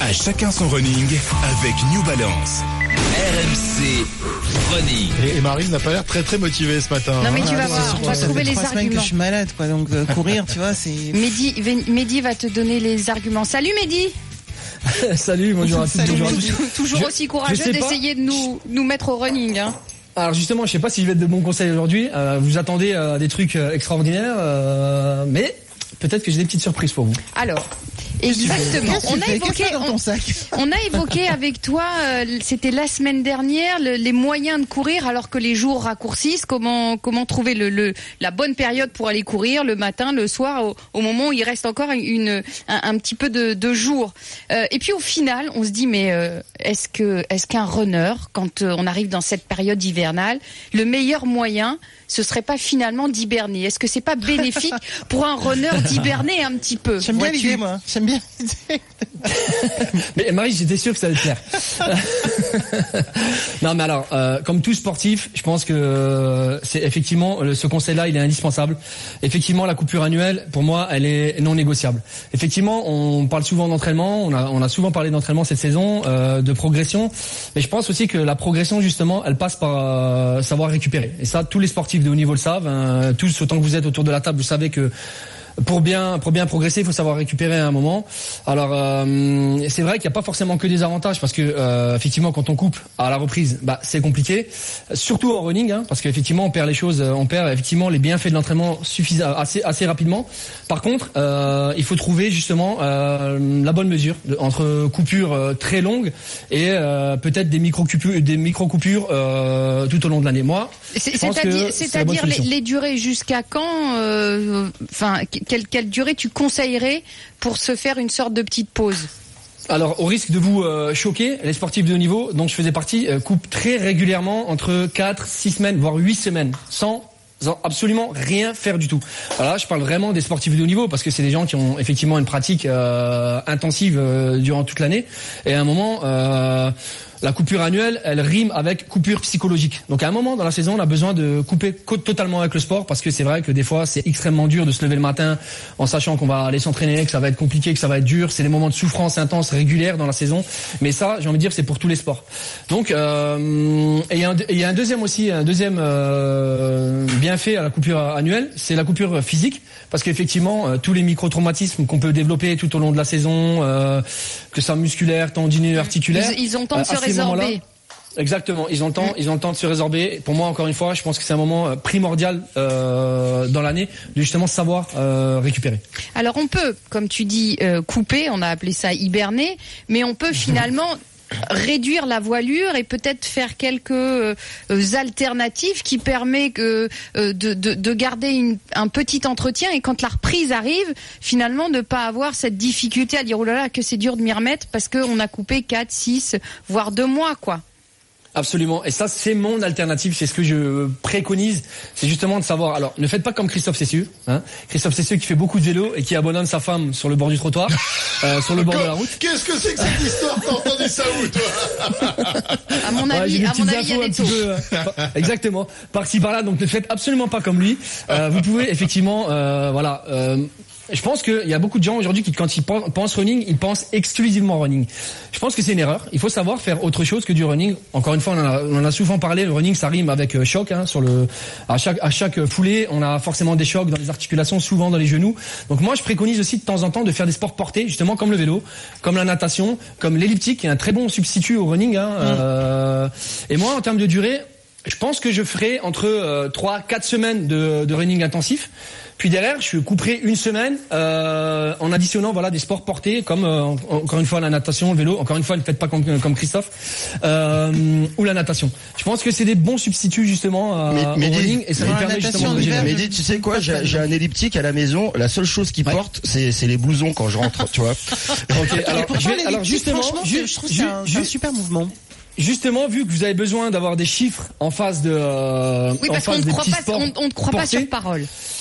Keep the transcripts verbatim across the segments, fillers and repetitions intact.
À chacun son running avec New Balance. R M C Running. Et, et Marine n'a pas l'air très très motivée ce matin. Non mais tu hein. vas voir, on va trouver les arguments. Que je suis malade, quoi. Donc euh, courir, tu vois, c'est. Mehdi, Mehdi va te donner les arguments. Salut Mehdi. Salut, bonjour à tous. Salut, Bonjour à toujours, tous. toujours Je- aussi courageux je sais pas. d'essayer de nous nous mettre au running. Hein. Alors justement, je sais pas si je vais être de bons conseils aujourd'hui. Euh, vous attendez euh, des trucs euh, extraordinaires, euh, mais peut-être que j'ai des petites surprises pour vous. Alors, exactement. Qu'est-ce que On tu a fais évoqué, Qu'est-ce qu'il y a dans on, ton sac? on a évoqué avec toi, euh, c'était la semaine dernière, le- les moyens de courir alors que les jours raccourcissent. Comment comment trouver le, le la bonne période pour aller courir le matin, le soir, au, au moment où il reste encore une un, un petit peu de, de jour. Euh, et puis au final, on se dit mais euh, est-ce que est-ce qu'un runner, quand euh, on arrive dans cette période hivernale, le meilleur moyen ce serait pas finalement d'hiberner? Est-ce que c'est pas bénéfique pour un runner d'hiberner un petit peu? J'aime bien Vois-tu l'idée, moi. J'aime bien l'idée. Mais Marie, j'étais sûr que ça allait te plaire. Non, mais alors, euh, comme tout sportif, je pense que euh, c'est effectivement euh, ce conseil-là, il est indispensable. Effectivement, la coupure annuelle, pour moi, elle est non négociable. Effectivement, on parle souvent d'entraînement, on a, on a souvent parlé d'entraînement cette saison, euh, de progression, mais je pense aussi que la progression, justement, elle passe par euh, savoir récupérer. Et ça, tous les sportifs de haut niveau le savent. Hein. Tous, autant que vous êtes autour de la table, vous savez que Pour bien, pour bien progresser, il faut savoir récupérer à un moment. Alors, euh, c'est vrai qu'il n'y a pas forcément que des avantages parce que, euh, effectivement, quand on coupe à la reprise, bah, c'est compliqué. Surtout en running, hein, parce qu'effectivement, on perd les choses, on perd effectivement les bienfaits de l'entraînement suffisant, assez, assez rapidement. Par contre, euh, il faut trouver justement euh, la bonne mesure de, entre coupures euh, très longues et euh, peut-être des micro coupures, des micro coupures euh, tout au long de l'année. Moi, C'est- je pense C'est-à-dire, que c'est la bonne c'est-à-dire les, solution. les durées jusqu'à quand euh, Enfin, quelle, quelle durée tu conseillerais pour se faire une sorte de petite pause? Alors, au risque de vous euh, choquer, les sportifs de haut niveau, dont je faisais partie, euh, coupent très régulièrement entre quatre, six semaines, voire huit semaines, sans sans absolument rien faire du tout. Voilà, je parle vraiment des sportifs de haut niveau parce que c'est des gens qui ont effectivement une pratique euh, intensive euh, durant toute l'année. Et à un moment, euh, la coupure annuelle, elle rime avec coupure psychologique. Donc à un moment dans la saison, on a besoin de couper co- totalement avec le sport parce que c'est vrai que des fois, c'est extrêmement dur de se lever le matin en sachant qu'on va aller s'entraîner, que ça va être compliqué, que ça va être dur. C'est des moments de souffrance intense régulière dans la saison. Mais ça, j'ai envie de dire, c'est pour tous les sports. Donc, euh, et il y a un, et il y a un deuxième aussi, un deuxième euh, bienfait à la coupure annuelle, c'est la coupure physique, parce qu'effectivement, euh, tous les micro-traumatismes qu'on peut développer tout au long de la saison, euh, que ça musculaire, tendineux, articulaire, Ils, ils ont le temps euh, de se à ces moments-là, résorber. exactement, ils ont le temps, ils ont le temps de se résorber. Pour moi, encore une fois, je pense que c'est un moment euh, primordial euh, dans l'année de justement savoir euh, récupérer. Alors on peut, comme tu dis, euh, couper, on a appelé ça hiberner, mais on peut finalement réduire la voilure et peut-être faire quelques euh, alternatives qui permet que euh, de, de, de garder une, un petit entretien et quand la reprise arrive, finalement ne pas avoir cette difficulté à dire oh là là que c'est dur de m'y remettre parce qu'on a coupé quatre, six, voire deux mois quoi. Absolument. Et ça, c'est mon alternative. C'est ce que je préconise. C'est justement de savoir. Alors, ne faites pas comme Christophe Cessieux. Hein. Christophe Cessieux qui fait beaucoup de vélo et qui abandonne sa femme sur le bord du trottoir, euh, sur le bord de la route. Qu'est-ce que c'est que cette histoire? T'as entendu ça où, toi? À mon Ouais, avis, j'ai des à mon petites avis, il y a infos des un petit taux. peu, euh, exactement. Par-ci par-là. Donc, ne faites absolument pas comme lui. Euh, vous pouvez effectivement, euh, voilà. Euh, Je pense qu'il y a beaucoup de gens aujourd'hui qui, quand ils pen- pensent running, ils pensent exclusivement running. Je pense que c'est une erreur. Il faut savoir faire autre chose que du running. Encore une fois, on en a, on en a souvent parlé. Le running, ça rime avec euh, choc. Hein, sur le, à chaque, à chaque foulée, on a forcément des chocs dans les articulations, souvent dans les genoux. Donc moi, je préconise aussi de temps en temps de faire des sports portés, justement comme le vélo, comme la natation, comme l'elliptique, qui est un très bon substitut au running. Hein, mmh. euh, et moi, en termes de durée, je pense que je ferai entre euh, trois, quatre semaines de, de running intensif. Puis derrière, je couperai une semaine euh, en additionnant voilà des sports portés comme euh, encore une fois la natation, le vélo. Encore une fois, ne faites pas comme, comme Christophe euh, ou la natation. Je pense que c'est des bons substituts justement mais, au mais running dis, et ça vous permet justement de mais dis, tu sais quoi, j'ai, j'ai un elliptique à la maison. La seule chose qui ouais. porte, c'est, c'est les blousons quand je rentre, tu vois. Ok. Alors, je vais, alors justement, ju- je trouve que c'est un, c'est un super mouvement. Justement, vu que vous avez besoin d'avoir des chiffres en face de, euh, oui, en parce face qu'on ne des croit petits pas, sports on, on ne croit pas portés, sur parole.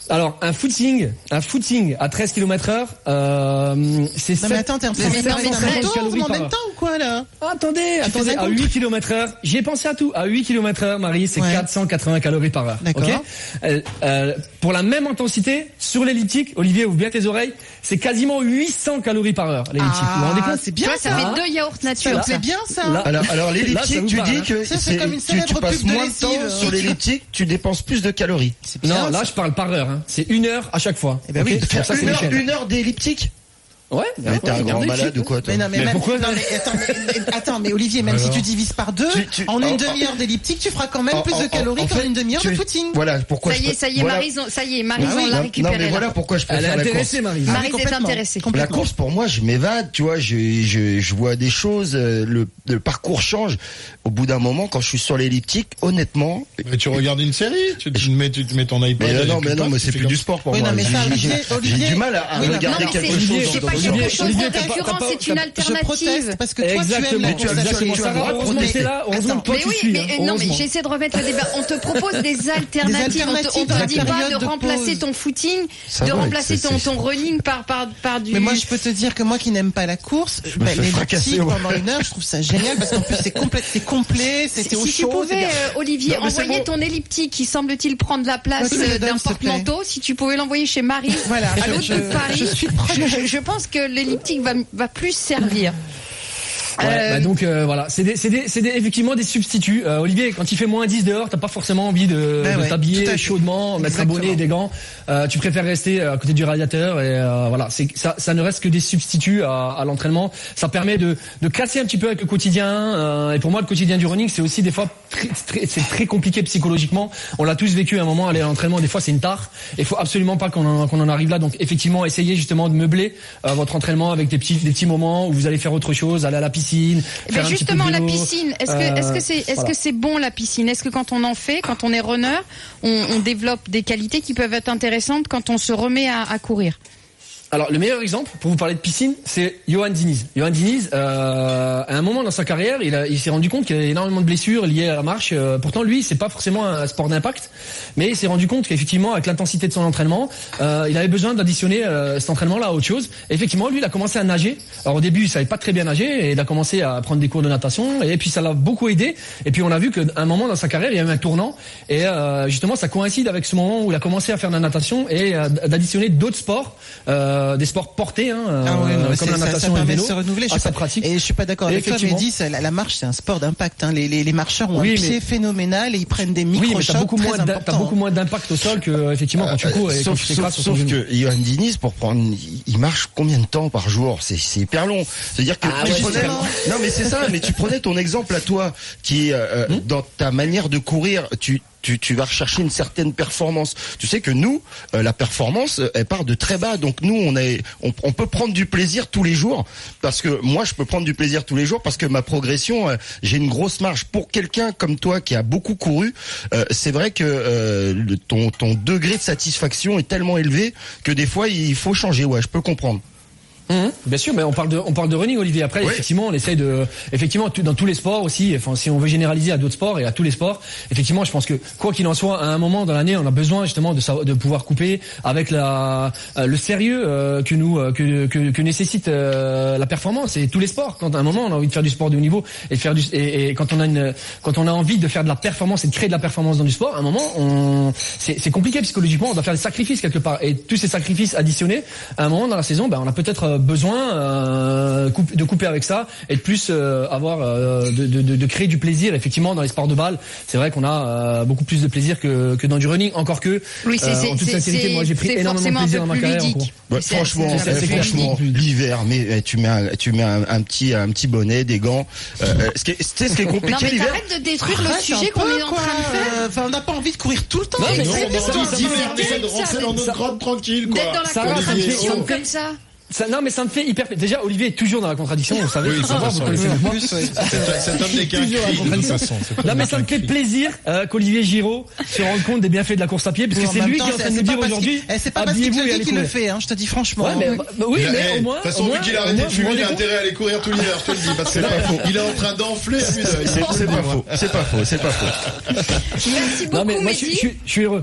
Alors, un footing, un footing à treize kilomètres heure, euh, c'est Non, mais attends, t'es en train de faire un calories en par même heure. temps ou quoi, là? Ah, attendez, attendez, à huit kilomètres heure, j'ai pensé à tout. À huit kilomètres heure, Marie, c'est Ouais. quatre cent quatre-vingts calories par heure. D'accord. Ok euh, euh, pour la même intensité, sur l'elliptique, Olivier, ouvre bien tes oreilles, c'est quasiment huit cents calories par heure, l'elliptique. vous vous rendez compte? c'est Tu bien vois, ça ça. fait deux yaourts nature. Ça fait bien ça. Là, Alors, alors Là, ça l'elliptique, vous tu parle, dis hein. que Ça, c'est comme une tu, tu célèbre passes pub de moins de temps lessive. sur l'elliptique, tu dépenses plus de calories. C'est bien, Non, là, ça. je parle par heure, hein. C'est une heure à chaque fois. Eh ben oui, Ok faire Pour ça, c'est Une heure, nickel. une heure d'elliptique. Ouais. Mais t'es un grand malade ou quoi, toi? Mais non, mais, Mais même- pourquoi non, mais attends, mais, mais- attends, mais Olivier, même si tu divises par deux, Tu- tu- en en- une en- demi-heure d'elliptique, tu feras quand même en- plus de en- calories en qu'en fait, une demi-heure tu- de footing. Voilà pourquoi Ça je y est, ça y est, voilà. Maryse, on- ça y est, Maryse, Ah oui, on l'a non, récupéré. non, mais là. voilà pourquoi je Elle préfère est la course. intéressée, Marie. Ah, Maryse est complètement. intéressée. La course pour moi, je m'évade, tu vois, je, je, je vois des choses, euh, le, le parcours change. Au bout d'un moment, quand je suis sur l'elliptique, honnêtement, Mais tu regardes une série, tu te mets, tu te mets ton iPad. mais et non, tu mais non, passes, mais tu c'est fais plus comme du ça. sport pour Oui, moi. non, mais J'ai- ça, j'ai- Olivier, j'ai Olivier- du mal à, à Oui, non, regarder non, mais quelque c'est- chose. c'est dans pas le quelque genre. chose Olivier, de t'as pas- récurrent, t'as c'est pas- une t'as- Je alternative. proteste parce que toi, tu aimes Exactement, la tu as course à bien pied. raison, Sarah, tu as heureusement raison. que t'es là, heureusement que toi Mais tu oui, suis. mais hein, euh, non, mais heureusement. j'essaie de remettre le débat. On te propose des alternatives. On te, on alternatives te à la dit pas période de de remplacer pause. ton footing, Ça de va, remplacer c'est- ton, c'est- ton running par, par, par du. Mais moi, je peux te dire que moi qui n'aime pas la course, me bah, fais fracasser, l'elliptique ouais. pendant une heure, je trouve ça génial parce qu'en plus c'est complet, c'est complet, Si, c'était au si tu chaud. pouvais, c'est bien. euh, Olivier, Non, mais c'est envoyer bon. ton elliptique qui semble-t-il prendre la place Ouais, tu me le euh, donnes, d'un s'il te plaît. porte-manteau, si tu pouvais l'envoyer chez Marie, Voilà, à je- l'autre je- bout de Paris, je suis preneur. je, je pense que l'elliptique va, va plus servir. Ouais, Euh, bah donc euh, voilà, c'est des, c'est des, c'est des, effectivement des substituts. Euh, Olivier, quand il fait moins dix dehors, t'as pas forcément envie de, Bah de ouais, tout à t'habiller fait. chaudement, mettre un Exactement. bonnet et des gants. Euh, tu préfères rester à côté du radiateur et euh, voilà, c'est ça, ça ne reste que des substituts à, à l'entraînement. Ça permet de, de casser un petit peu avec le quotidien. Euh, et pour moi, le quotidien du running, c'est aussi des fois très, très, c'est très compliqué psychologiquement. On l'a tous vécu à un moment. Aller à l'entraînement, des fois, c'est une tare. Il faut absolument pas qu'on en, qu'on en arrive là. Donc effectivement, essayez justement de meubler euh, votre entraînement avec des petits, des petits moments où vous allez faire autre chose, aller à la piscine. Eh faire ben un petit peu de justement, la vélo. piscine, est-ce que Euh, est-ce que c'est est-ce voilà. que c'est bon la piscine? Est-ce que quand on en fait, quand on est runner, on, on développe des qualités qui peuvent être intéressantes quand on se remet à, à courir? Alors, le meilleur exemple, pour vous parler de piscine, c'est Johan Diniz. Johan Diniz, euh, à un moment dans sa carrière, il, a- il s'est rendu compte qu'il y avait énormément de blessures liées à la marche. Euh, pourtant, lui, c'est pas forcément un sport d'impact, mais il s'est rendu compte qu'effectivement, avec l'intensité de son entraînement, euh, il avait besoin d'additionner euh, cet entraînement-là à autre chose. Et effectivement, lui, il a commencé à nager. Alors, au début, il savait pas très bien nager, et il a commencé à prendre des cours de natation, et puis ça l'a beaucoup aidé. Et puis, on a vu qu'à un moment dans sa carrière, il y avait un tournant, et euh, justement, ça coïncide avec ce moment où il a commencé à faire de la natation et euh, d'additionner d'autres sports, euh, des sports portés. Hein, Ah ouais, non, euh, mais comme c'est- la ça, natation ça et le permet vélo, de se renouveler. Je à suis sa pas- pratique. Et je suis pas d'accord Et avec toi, mais effectivement- dis, ça, la, la marche, c'est un sport d'impact. Hein. Les, les, les marcheurs ont Oui, un mais- pied phénoménal et ils prennent des Oui, mais micro-chocs t'as beaucoup très moins d'im- t'as importants. beaucoup moins d'impact au sol que effectivement quand tu cours et quand Sauf, tu sauf, t'écrases sur ton sauf genou. que Johan Diniz, pour prendre, il marche combien de temps par jour? C'est, c'est hyper long. C'est-à-dire que Ah tu ouais, prenais, justement. non mais c'est ça, mais tu prenais ton exemple à toi, qui, euh, Hmm? dans ta manière de courir, tu, tu, tu vas rechercher une certaine performance. Tu sais que nous, euh, la performance, euh, elle part de très bas. Donc nous, on est, on, on peut prendre du plaisir tous les jours, parce que moi, je peux prendre du plaisir tous les jours parce que ma progression, euh, j'ai une grosse marge. Pour quelqu'un comme toi qui a beaucoup couru, euh, c'est vrai que euh, le, ton, ton degré de satisfaction est tellement élevé que des fois, il faut changer. Ouais, je peux comprendre. Mmh, bien sûr, mais on parle de on parle de running, Olivier. Après, Oui. effectivement, on essaye de effectivement tout- dans tous les sports aussi. Enfin, si on veut généraliser à d'autres sports et à tous les sports, effectivement, je pense que quoi qu'il en soit, à un moment dans l'année, on a besoin justement de savoir- de pouvoir couper avec la euh, le sérieux euh, que nous euh, que, que que nécessite euh, la performance et tous les sports. Quand à un moment on a envie de faire du sport de haut niveau et de faire du et, et quand on a une quand on a envie de faire de la performance et de créer de la performance dans du sport, à un moment on c'est c'est compliqué psychologiquement. On doit faire des sacrifices quelque part et tous ces sacrifices additionnés, à un moment dans la saison, ben on a peut-être euh, besoin euh, coup- de couper avec ça et de plus euh, avoir euh, de, de, de, de créer du plaisir. Effectivement, dans les sports de balle, c'est vrai qu'on a euh, beaucoup plus de plaisir que, que dans du running. Encore que, Oui, c'est euh, c'est en toute c'est sincérité, moi j'ai pris c'est énormément de forcément un plaisir peu dans ma plus carrière en ludique. cours. Ouais, C'est- franchement, c'est un c'est peu plus franchement, ludique. l'hiver, mais eh, tu mets un, tu mets un, un petit, un petit bonnet, des gants. Euh, euh, ce qui est, tu sais, ce qui est Non compliqué mais l'hiver. t'arrêtes de détruire le Arrête sujet un qu'on peu, est en quoi. train de faire. Euh, Enfin, on n'a pas envie de courir tout le temps. Non, mais Non, c'est- on ça- a envie ça- d'hiver, ça- on essaie de ça- rentrer dans notre ça- grotte tranquille, quoi. D'être dans la Ça va, ça me Olivier, fait- compétition oh. comme ça. Ça, non, mais ça me fait hyper. Déjà, Olivier est toujours dans la contradiction. Vous savez, Oui, faut ça, savoir, ça, vous ça, connaissez oui. mieux que moi. Plus, ouais. Cet cet homme n'est qu'un Toujours cri, la de toute contradiction. façon. C'est Non, mais ça me qu'un fait cri. plaisir euh, qu'Olivier Giraud se rende compte des bienfaits de la course à pied, parce que En c'est même lui temps, qui est en c'est- train de nous c'est pas dire parce aujourd'hui. qu'il- eh, c'est pas parce qu'il te habillez-vous et le dit allez qu'il le courir. fait, hein, je te dis franchement. Ouais, mais, bah, oui, Il a- mais eh, au moins. De toute façon, au vu moins- qu'il a au arrêté moins, de vous fumer, vous il a rendez compte intérêt à aller courir tout l'hiver, je te le dis, parce que là, il est en train d'enfler. putain, il C'est faut c'est le pas dire. faux, c'est pas faux, c'est pas faux. Merci Non, mais beaucoup moi, je, suis- Mehdi. je suis- je suis heureux.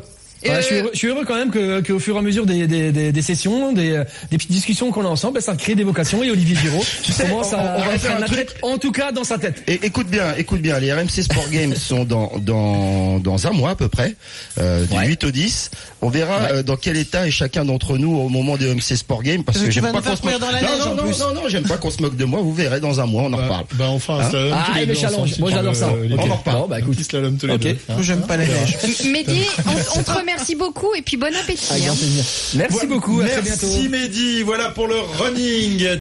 Euh, Ouais, je, suis heureux, je suis heureux quand même que, qu'au fur et à mesure des, des, des, des sessions, des, des petites discussions qu'on a ensemble, ben, ça crée des vocations et Olivier Giraud commence on- à, on va à faire être un un athlète, en tout cas dans sa tête. Et écoute bien, écoute bien, les R M C Sport Games sont dans dans dans un mois à peu près, euh, du Ouais. huit au dix. On verra Ouais. euh, dans quel état est chacun d'entre nous au moment des R M C Sport Games, parce que Tu j'aime vas pas nous qu'on faire se moque. courir dans la Non neige, non en non, plus. non non, j'aime pas qu'on se moque de moi. Vous verrez dans un mois, on en Bah, reparle. bah, on fait un Hein slalom Ah, tous les et deux le challenge. ensemble, Moi, si j'adore tu ça. veux, les Ok. gars. On en reparle. Bon, bah, Un écoute. petit slalom tous les Ok. deux. hein. J'aime pas la neige. Mehdi, on, on te remercie beaucoup et puis bon appétit. Avec hein. grand plaisir. Merci Voilà. beaucoup, à très bientôt. Merci Mehdi, voilà pour le running.